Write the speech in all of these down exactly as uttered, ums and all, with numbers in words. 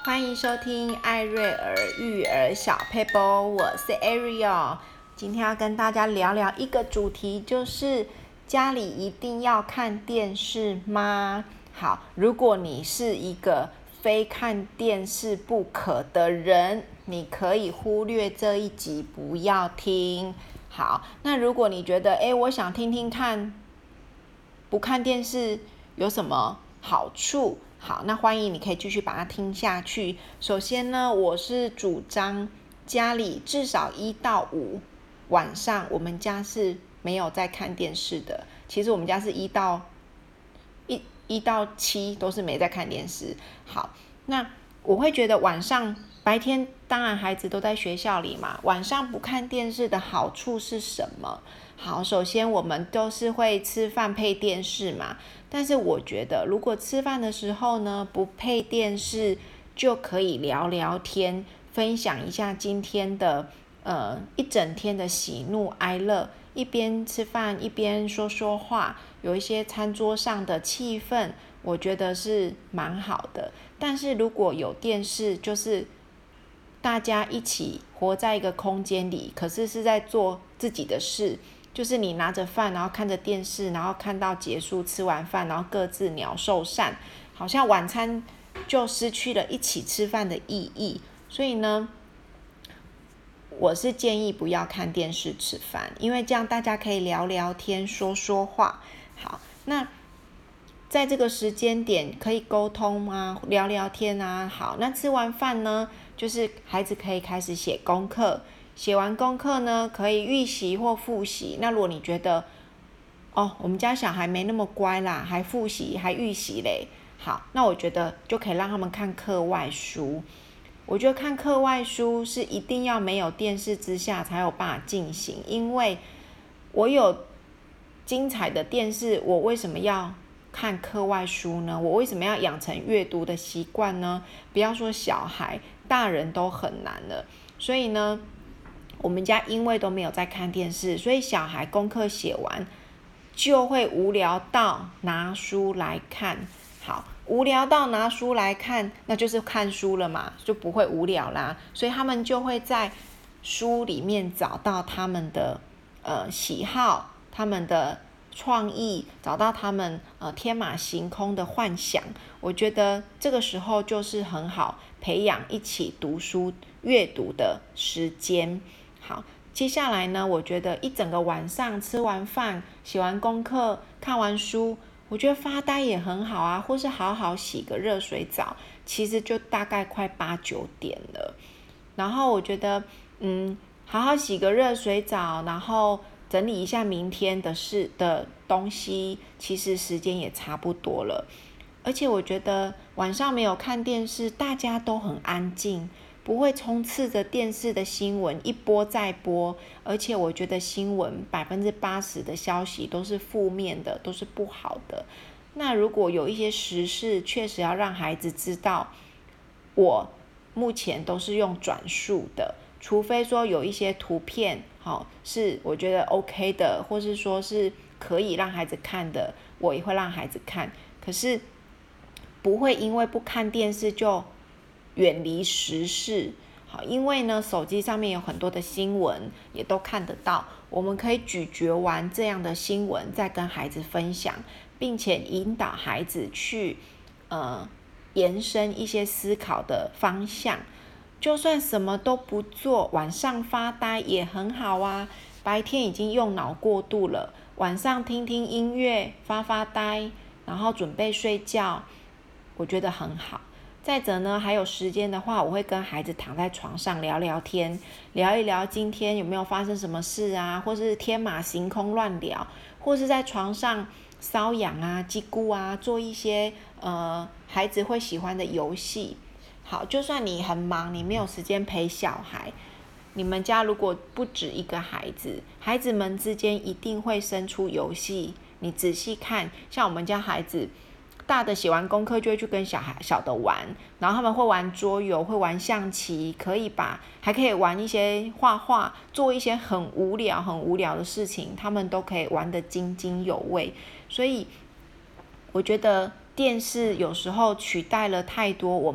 欢迎收听艾瑞尔育儿小佩波，我是 Ariel。今天要跟大家聊聊一个主题，就是家里一定要看电视吗？好，如果你是一个非看电视不可的人，你可以忽略这一集，不要听。好，那如果你觉得，诶，我想听听看，不看电视有什么好处？好，那欢迎你可以继续把它听下去。首先呢，我是主张家里至少一到五晚上，我们家是没有在看电视的。其实我们家是一到一一到七都是没在看电视。好，那我会觉得晚上白天当然孩子都在学校里嘛，晚上不看电视的好处是什么？好，首先我们都是会吃饭配电视嘛，但是我觉得如果吃饭的时候呢，不配电视，就可以聊聊天，分享一下今天的呃一整天的喜怒哀乐，一边吃饭一边说说话，有一些餐桌上的气氛，我觉得是蛮好的。但是如果有电视，就是大家一起活在一个空间里，可是是在做自己的事，就是你拿着饭，然后看着电视，然后看到结束，吃完饭，然后各自鸟兽散，好像晚餐就失去了一起吃饭的意义。所以呢，我是建议不要看电视吃饭，因为这样大家可以聊聊天，说说话。好，那在这个时间点可以沟通啊，聊聊天啊。好，那吃完饭呢，就是孩子可以开始写功课，写完功课呢，可以预习或复习。那如果你觉得，哦，我们家小孩没那么乖啦，还复习还预习嘞，好，那我觉得就可以让他们看课外书。我觉得看课外书是一定要没有电视之下才有办法进行，因为我有精彩的电视，我为什么要看课外书呢？我为什么要养成阅读的习惯呢？不要说小孩，大人都很难了。所以呢，我们家因为都没有在看电视，所以小孩功课写完就会无聊到拿书来看。好，无聊到拿书来看，那就是看书了嘛，就不会无聊啦。所以他们就会在书里面找到他们的呃喜好，他们的创意，找到他们呃天马行空的幻想。我觉得这个时候就是很好培养一起读书阅读的时间。好，接下来呢，我觉得一整个晚上吃完饭，写完功课，看完书，我觉得发呆也很好啊，或是好好洗个热水澡，其实就大概快八九点了。然后我觉得，嗯，好好洗个热水澡，然后整理一下明天的事的东西，其实时间也差不多了。而且我觉得晚上没有看电视，大家都很安静，不会充斥着电视的新闻一播再播。而且我觉得新闻百分之八十的消息都是负面的，都是不好的。那如果有一些时事，确实要让孩子知道，我目前都是用转述的，除非说有一些图片，好，是我觉得 OK 的，或是说是可以让孩子看的，我也会让孩子看。可是不会因为不看电视就远离时事。好，因为呢，手机上面有很多的新闻，也都看得到。我们可以咀嚼完这样的新闻，再跟孩子分享，并且引导孩子去呃延伸一些思考的方向。就算什么都不做，晚上发呆也很好啊。白天已经用脑过度了，晚上听听音乐，发发呆，然后准备睡觉，我觉得很好。再者呢，还有时间的话，我会跟孩子躺在床上聊聊天，聊一聊今天有没有发生什么事啊，或是天马行空乱聊，或是在床上搔痒啊、叽咕啊，做一些呃孩子会喜欢的游戏。好，就算你很忙，你没有时间陪小孩，你们家如果不止一个孩子，孩子们之间一定会生出游戏。你仔细看，像我们家孩子，大的写完功课就会去跟小孩小的玩，然后他们会玩桌游，会玩象棋，可以把还可以玩一些画画，做一些很无聊很无聊的事情，他们都可以玩得津津有味。所以我觉得电视有时候取代了太多我们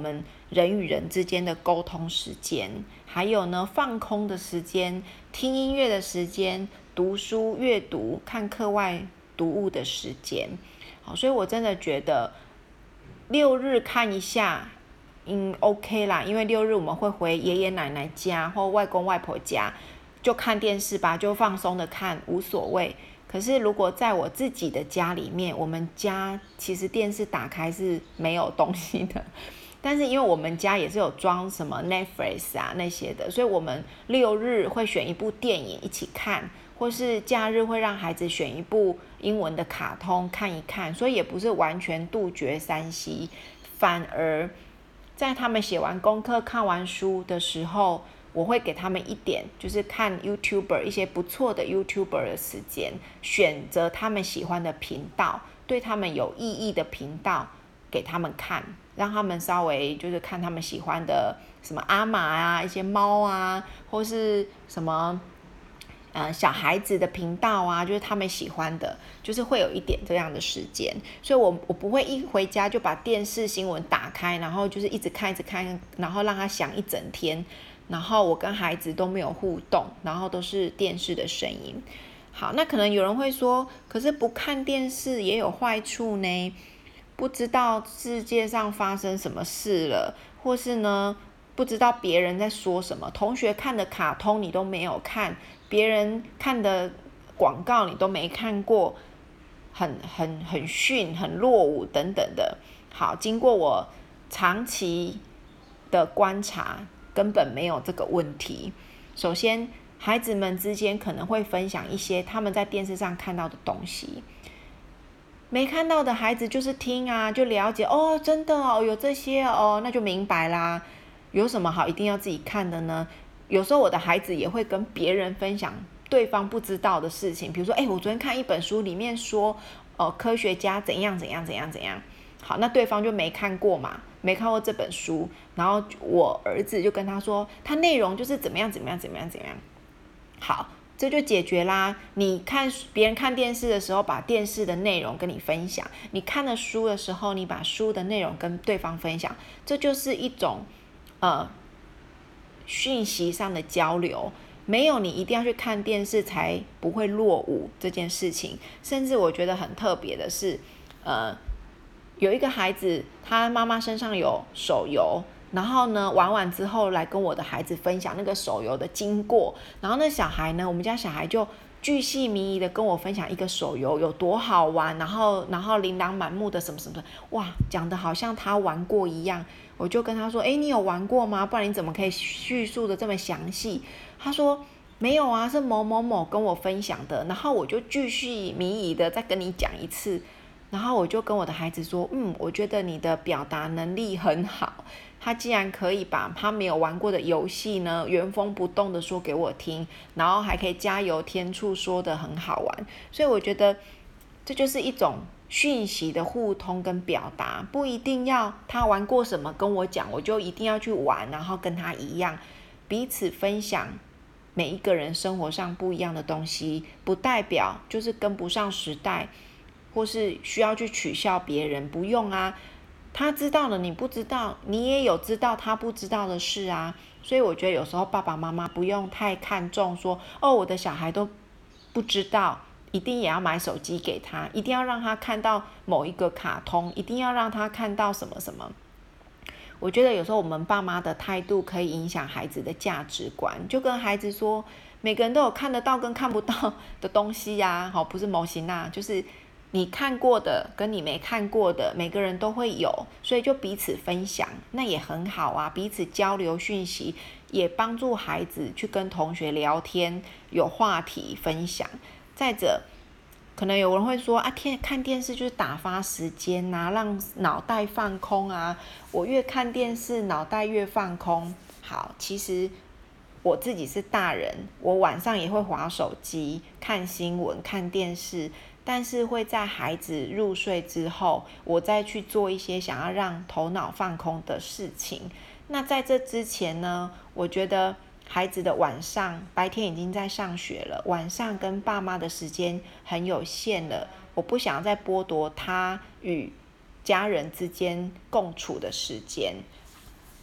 人与人之间的沟通时间，还有呢放空的时间，听音乐的时间，读书阅读看课外读物的时间。好，所以我真的觉得六日看一下嗯 OK 啦，因为六日我们会回爷爷奶奶家或外公外婆家，就看电视吧，就放松的看，无所谓。可是如果在我自己的家里面，我们家其实电视打开是没有东西的，但是因为我们家也是有装什么 Netflix 啊那些的，所以我们六日会选一部电影一起看，或是假日会让孩子选一部英文的卡通看一看，所以也不是完全杜绝三 C， 反而在他们写完功课看完书的时候，我会给他们一点就是看 YouTuber 一些不错的 YouTuber 的时间，选择他们喜欢的频道，对他们有意义的频道给他们看，让他们稍微就是看他们喜欢的什么阿玛啊，一些猫啊，或是什么呃小孩子的频道啊，就是他们喜欢的，就是会有一点这样的时间。所以我我不会一回家就把电视新闻打开，然后就是一直看一直看，然后让他想一整天，然后我跟孩子都没有互动，然后都是电视的声音。好，那可能有人会说，可是不看电视也有坏处呢，不知道世界上发生什么事了，或是呢不知道别人在说什么，同学看的卡通你都没有看，别人看的广告你都没看过，很很很逊很落伍等等的。好，经过我长期的观察，根本没有这个问题。首先孩子们之间可能会分享一些他们在电视上看到的东西，没看到的孩子就是听啊，就了解哦，真的哦，有这些哦，那就明白啦。有什么好一定要自己看的呢？有时候我的孩子也会跟别人分享对方不知道的事情，比如说，哎，我昨天看一本书，里面说，呃，科学家怎样怎样怎样怎样。好，那对方就没看过嘛，没看过这本书，然后我儿子就跟他说，他内容就是怎么样怎么样怎么样怎么样。好，这就解决啦。你看别人看电视的时候，把电视的内容跟你分享；你看了书的时候，你把书的内容跟对方分享，这就是一种呃讯息上的交流。没有你一定要去看电视才不会落伍这件事情。甚至我觉得很特别的是，呃，有一个孩子，他妈妈身上有手游。然后呢，玩完之后来跟我的孩子分享那个手游的经过，然后那小孩呢，我们家小孩就巨细靡遗的跟我分享一个手游有多好玩，然后然后琳琅满目的什么什么的，哇，讲的好像他玩过一样。我就跟他说，诶，你有玩过吗？不然你怎么可以叙述的这么详细？他说没有啊，是某某某跟我分享的。然后我就巨细靡遗的再跟你讲一次，然后我就跟我的孩子说，嗯，我觉得你的表达能力很好。他竟然可以把他没有玩过的游戏呢原封不动的说给我听，然后还可以加油添醋说得很好玩。所以我觉得这就是一种讯息的互通跟表达，不一定要他玩过什么跟我讲，我就一定要去玩，然后跟他一样。彼此分享每一个人生活上不一样的东西，不代表就是跟不上时代，或是需要去取笑别人，不用啊。他知道了你不知道，你也有知道他不知道的事啊。所以我觉得有时候爸爸妈妈不用太看重说，哦，我的小孩都不知道，一定也要买手机给他，一定要让他看到某一个卡通，一定要让他看到什么什么。我觉得有时候我们爸妈的态度可以影响孩子的价值观，就跟孩子说，每个人都有看得到跟看不到的东西呀、啊，不是模型啊，就是你看过的跟你没看过的，每个人都会有，所以就彼此分享，那也很好啊，彼此交流讯息，也帮助孩子去跟同学聊天，有话题分享。再者，可能有人会说啊，天看电视就是打发时间啊，让脑袋放空啊。我越看电视，脑袋越放空。好，其实我自己是大人，我晚上也会滑手机、看新闻、看电视。但是会在孩子入睡之后，我再去做一些想要让头脑放空的事情。那在这之前呢，我觉得孩子的晚上，白天已经在上学了，晚上跟爸妈的时间很有限了，我不想再剥夺他与家人之间共处的时间。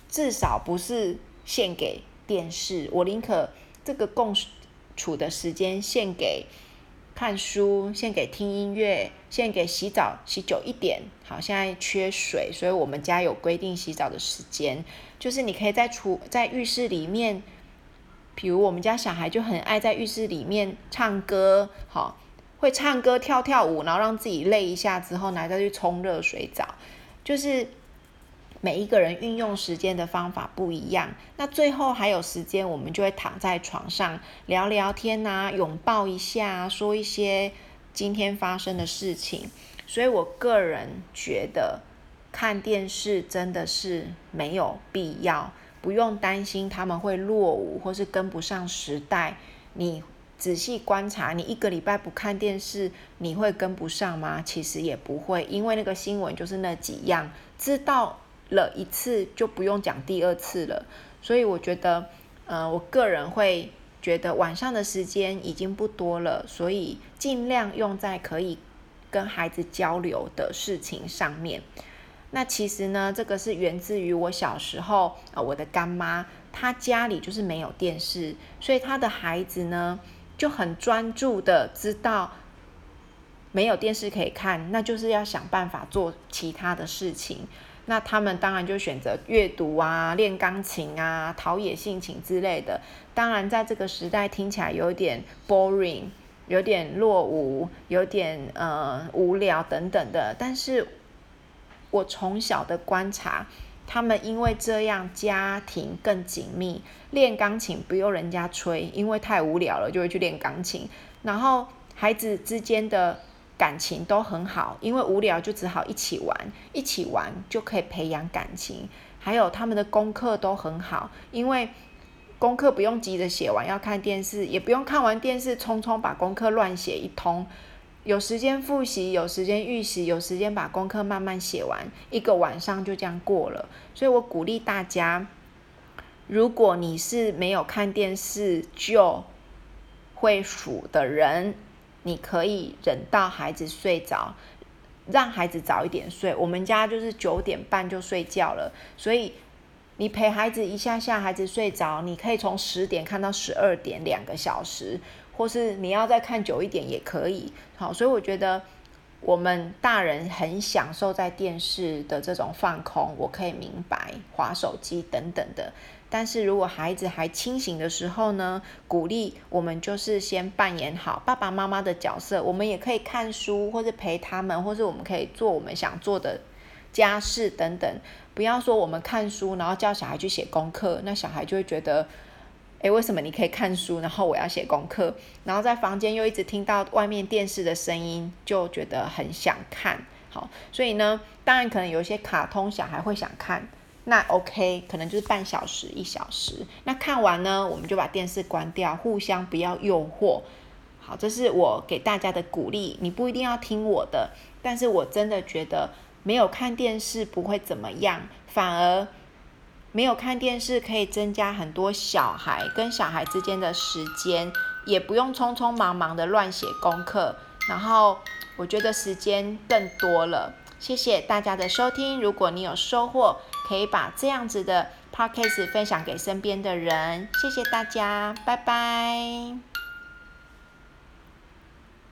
至少不是献给电视，我宁可这个共处的时间献给看书，献给听音乐，献给洗澡，洗久一点。好，现在缺水，所以我们家有规定洗澡的时间，就是你可以在厨在浴室里面，比如我们家小孩就很爱在浴室里面唱歌，好，会唱歌跳跳舞，然后让自己累一下之后，拿再去冲热水澡，就是每一个人运用时间的方法不一样，那最后还有时间，我们就会躺在床上聊聊天啊，拥抱一下，说一些今天发生的事情。所以我个人觉得看电视真的是没有必要，不用担心他们会落伍或是跟不上时代。你仔细观察，你一个礼拜不看电视，你会跟不上吗？其实也不会，因为那个新闻就是那几样，知道了一次就不用讲第二次了。所以我觉得呃，我个人会觉得晚上的时间已经不多了，所以尽量用在可以跟孩子交流的事情上面。那其实呢，这个是源自于我小时候、呃、我的干妈她家里就是没有电视，所以她的孩子呢就很专注的知道没有电视可以看，那就是要想办法做其他的事情。那他们当然就选择阅读啊、练钢琴啊、陶冶性情之类的。当然在这个时代听起来有点 boring， 有点落伍，有点呃无聊等等的，但是我从小的观察，他们因为这样家庭更紧密，练钢琴不用人家催，因为太无聊了就会去练钢琴，然后孩子之间的感情都很好，因为无聊就只好一起玩，一起玩就可以培养感情。还有他们的功课都很好，因为功课不用急着写完要看电视，也不用看完电视匆匆把功课乱写一通，有时间复习，有时间预习，有时间把功课慢慢写完，一个晚上就这样过了。所以我鼓励大家，如果你是没有看电视就会数的人，你可以忍到孩子睡着，让孩子早一点睡。我们家就是九点半就睡觉了，所以你陪孩子一下下，孩子睡着，你可以从十点看到十二点，两个小时，或是你要再看久一点也可以。好，所以我觉得我们大人很享受在电视的这种放空，我可以明白，滑手机等等的。但是如果孩子还清醒的时候呢，鼓励我们就是先扮演好爸爸妈妈的角色，我们也可以看书，或是陪他们，或是我们可以做我们想做的家事等等。不要说我们看书然后叫小孩去写功课，那小孩就会觉得诶，为什么你可以看书然后我要写功课，然后在房间又一直听到外面电视的声音，就觉得很想看。好，所以呢当然可能有一些卡通小孩会想看，那 OK， 可能就是半小时一小时，那看完呢我们就把电视关掉，互相不要诱惑。好，这是我给大家的鼓励，你不一定要听我的，但是我真的觉得没有看电视不会怎么样，反而没有看电视可以增加很多小孩跟小孩之间的时间，也不用匆匆忙忙的乱写功课，然后我觉得时间更多了。谢谢大家的收听，如果你有收获，可以把这样子的 podcast 分享给身边的人，谢谢大家，拜拜。